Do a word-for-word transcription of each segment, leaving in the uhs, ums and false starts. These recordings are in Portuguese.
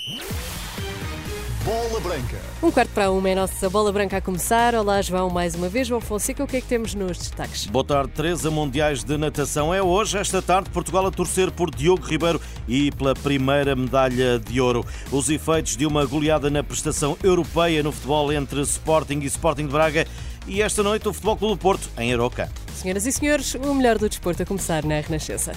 Bola Branca. Um quarto para uma é a nossa Bola Branca a começar. Olá, João, mais uma vez. João Fonseca, o que é que temos nos destaques? Boa tarde. Treze Mundiais de Natação. É hoje, esta tarde, Portugal a torcer por Diogo Ribeiro e pela primeira medalha de ouro. Os efeitos de uma goleada na prestação europeia no futebol entre Sporting e Sporting de Braga. E esta noite o Futebol Clube do Porto, em Aroca. Senhoras e senhores, o melhor do desporto a começar na Renascença.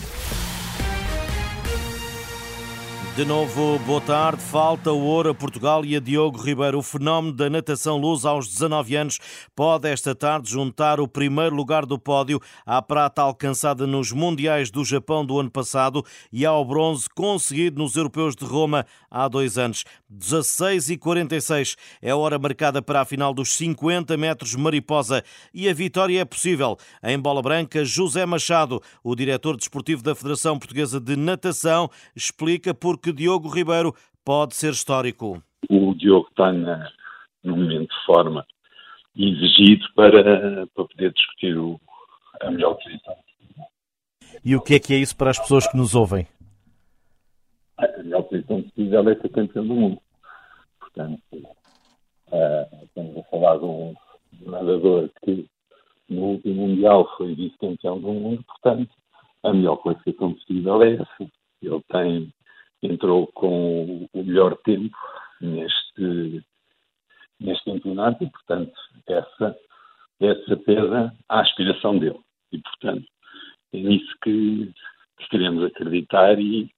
De novo, boa tarde. Falta o ouro a Portugal e a Diogo Ribeiro. O fenómeno da natação lusa aos dezanove anos pode esta tarde juntar o primeiro lugar do pódio à prata alcançada nos Mundiais do Japão do ano passado e ao bronze conseguido nos Europeus de Roma há dois anos. dezasseis e quarenta e seis é a hora marcada para a final dos cinquenta metros mariposa e a vitória é possível. Em Bola Branca, José Machado, o diretor desportivo da Federação Portuguesa de Natação, explica porque Diogo Ribeiro pode ser histórico. O Diogo está na, num momento de forma exigido para, para poder discutir o, a melhor posição. E o que é que é isso para as pessoas que nos ouvem? A melhor posição possível é ser campeão do mundo. Portanto, uh, estamos a falar de um nadador que no último Mundial foi vice-campeão do mundo, portanto, a melhor classificação possível é essa. Ele tem, entrou com o melhor tempo neste, neste campeonato e, portanto, essa é de certeza a aspiração dele. E, portanto, é nisso que, que queremos acreditar e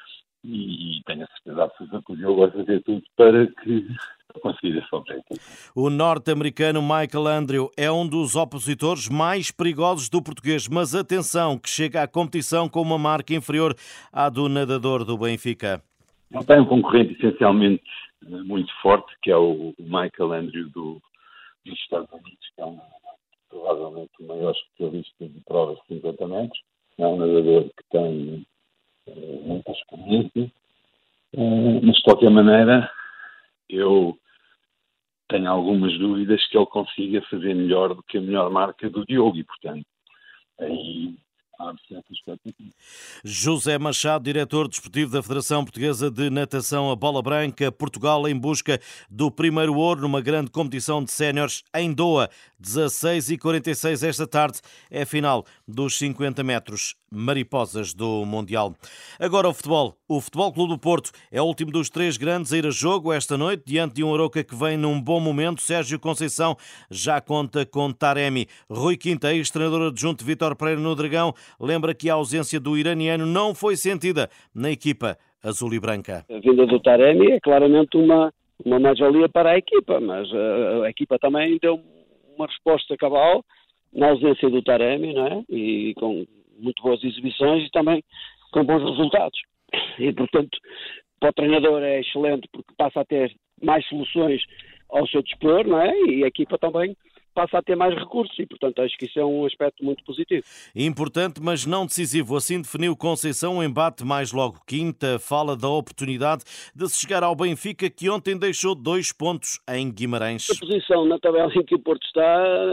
E tenho a certeza absoluta que o Diogo vai fazer tudo para que conseguir esse objetivo. O norte-americano Michael Andrew é um dos opositores mais perigosos do português, mas atenção, que chega à competição com uma marca inferior à do nadador do Benfica. Ele tem um concorrente essencialmente muito forte, que é o Michael Andrew do, dos Estados Unidos, que é um, provavelmente o maior especialista de provas de cinquenta metros. É um nadador que tem muita experiência, mas de qualquer maneira eu tenho algumas dúvidas que ele consiga fazer melhor do que a melhor marca do Diogo e, portanto, aí há certa expectativa. José Machado, diretor desportivo da Federação Portuguesa de Natação, a Bola Branca, Portugal em busca do primeiro ouro numa grande competição de séniores em Doha. dezasseis e quarenta e seis esta tarde é a final dos cinquenta metros mariposas do Mundial. Agora o futebol. O Futebol Clube do Porto é o último dos três grandes a ir a jogo esta noite, diante de um Aroca que vem num bom momento. Sérgio Conceição já conta com Taremi. Rui Quinta, ex-treinador adjunto de Vítor Pereira no Dragão, lembra que a ausência do iraniano não foi sentida na equipa azul e branca. A vinda do Taremi é claramente uma, uma mais-valia para a equipa, mas a, a equipa também deu uma resposta cabal na ausência do Taremi, não é? E com muito boas exibições e também com bons resultados. E, portanto, para o treinador é excelente porque passa a ter mais soluções ao seu dispor, não é? E a equipa também passa a ter mais recursos e, portanto, acho que isso é um aspecto muito positivo. Importante, mas não decisivo. Assim definiu Conceição o embate mais logo. Quinta fala da oportunidade de se chegar ao Benfica, que ontem deixou dois pontos em Guimarães. A posição na tabela em que o Porto está,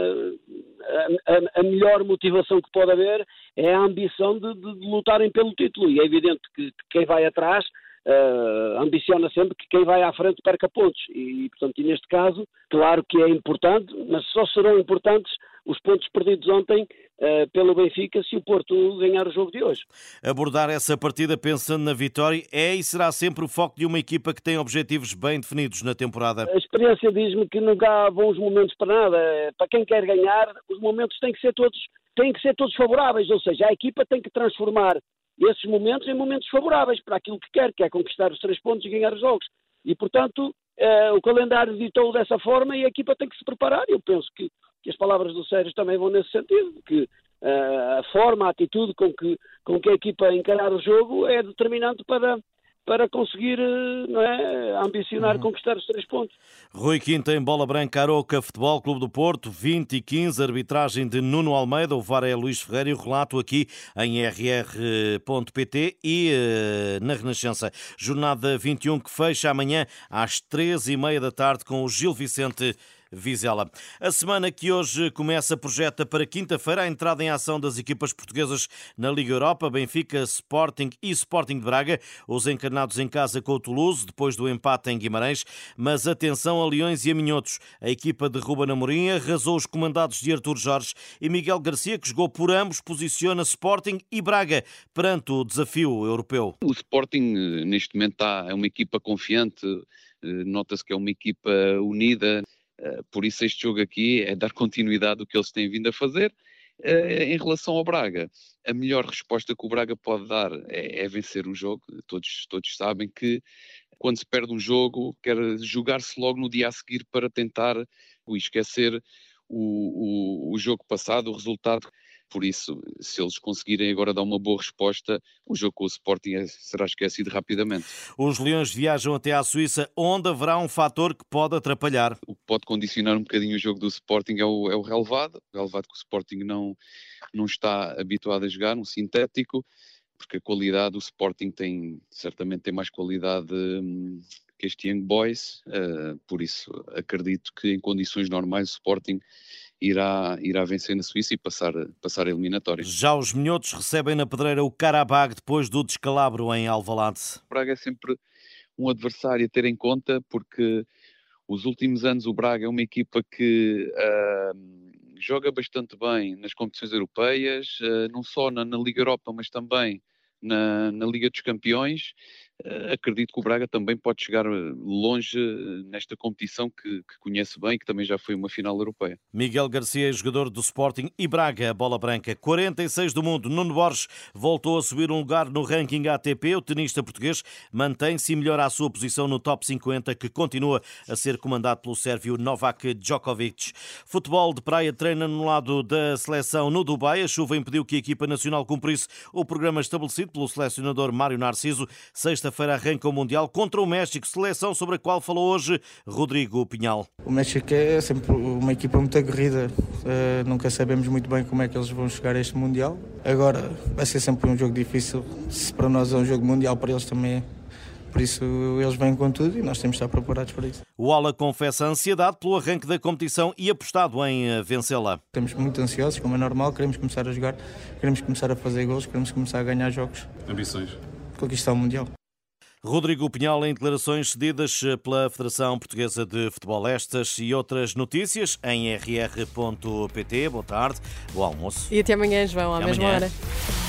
a, a, a melhor motivação que pode haver é a ambição de, de, de lutarem pelo título. E é evidente que, que quem vai atrás Uh, ambiciona sempre que quem vai à frente perca pontos e, portanto, e neste caso, claro que é importante, mas só serão importantes os pontos perdidos ontem uh, pelo Benfica se o Porto ganhar o jogo de hoje. Abordar essa partida pensando na vitória é e será sempre o foco de uma equipa que tem objetivos bem definidos na temporada. A experiência diz-me que nunca há bons momentos para nada. Para quem quer ganhar, os momentos têm que ser todos, têm que ser todos favoráveis, ou seja, a equipa tem que transformar esses momentos em momentos favoráveis para aquilo que quer, que é conquistar os três pontos e ganhar os jogos. E, portanto, eh, o calendário ditou dessa forma e a equipa tem que se preparar. Eu penso que, que as palavras do Sérgio também vão nesse sentido, que eh, a forma, a atitude com que, com que a equipa encarar o jogo é determinante para, para conseguir, não é, ambicionar uhum. conquistar os três pontos. Rui Quinta em Bola Branca, Aroca, Futebol Clube do Porto, vinte e quinze, arbitragem de Nuno Almeida, o V A R é Luís Ferreira e o relato aqui em r r ponto p t e uh, na Renascença. Jornada vinte e um que fecha amanhã às treze e meia da tarde com o Gil Vicente Vizela. A semana que hoje começa projeta para quinta-feira a entrada em ação das equipas portuguesas na Liga Europa, Benfica, Sporting e Sporting de Braga, os encarnados em casa com o Toulouse, depois do empate em Guimarães. Mas atenção a Leões e a Minhotos. A equipa de Ruben Amorim arrasou os comandados de Artur Jorge e Miguel Garcia, que jogou por ambos, posiciona Sporting e Braga perante o desafio europeu. O Sporting neste momento está, é uma equipa confiante, nota-se que é uma equipa unida, por isso este jogo aqui é dar continuidade ao que eles têm vindo a fazer. Em relação ao Braga, a melhor resposta que o Braga pode dar é, é vencer o jogo. Todos, todos sabem que quando se perde um jogo, quer jogar-se logo no dia a seguir para tentar esquecer o, o, o jogo passado, o resultado. Por isso, se eles conseguirem agora dar uma boa resposta, o jogo com o Sporting será esquecido rapidamente. Os Leões viajam até à Suíça, onde haverá um fator que pode atrapalhar. O que pode condicionar um bocadinho o jogo do Sporting é o, é o relevado. O relevado que o Sporting não, não está habituado a jogar, um sintético, porque a qualidade do Sporting tem, certamente tem mais qualidade hum, que este Young Boys. Uh, por isso, acredito que em condições normais o Sporting Irá, irá vencer na Suíça e passar, passar a eliminatória. Já os minhotos recebem na pedreira o Qarabag depois do descalabro em Alvalade. O Braga é sempre um adversário a ter em conta, porque os últimos anos o Braga é uma equipa que uh, joga bastante bem nas competições europeias, uh, não só na, na Liga Europa, mas também na, na Liga dos Campeões. Uh, acredito que o Braga também pode chegar longe nesta competição que, que conhece bem e que também já foi uma final europeia. Miguel Garcia, jogador do Sporting, e Braga, bola branca. quarenta e seis do mundo. Nuno Borges voltou a subir um lugar no ranking A T P. O tenista português mantém-se e melhora a sua posição no top cinquenta, que continua a ser comandado pelo sérvio Novak Djokovic. Futebol de praia treina no lado da seleção no Dubai. A chuva impediu que a equipa nacional cumprisse o programa estabelecido pelo selecionador Mário Narciso. Sexta-feira arranca o Mundial contra o México, seleção sobre a qual falou hoje Rodrigo Pinhal. O México é sempre uma equipa muito aguerrida, uh, nunca sabemos muito bem como é que eles vão chegar a este Mundial. Agora vai ser sempre um jogo difícil, se para nós é um jogo mundial, para eles também é. Por isso eles vêm com tudo e nós temos de estar preparados para isso. O Ola confessa a ansiedade pelo arranque da competição e apostado em vencê-la. Estamos muito ansiosos, como é normal, queremos começar a jogar, queremos começar a fazer gols, queremos começar a ganhar jogos. Ambições? Conquistar o Mundial. Rodrigo Pinhal em declarações cedidas pela Federação Portuguesa de Futebol. Estas e outras notícias em r r ponto p t. Boa tarde, bom almoço. E até amanhã, João, à Até mesma amanhã. hora.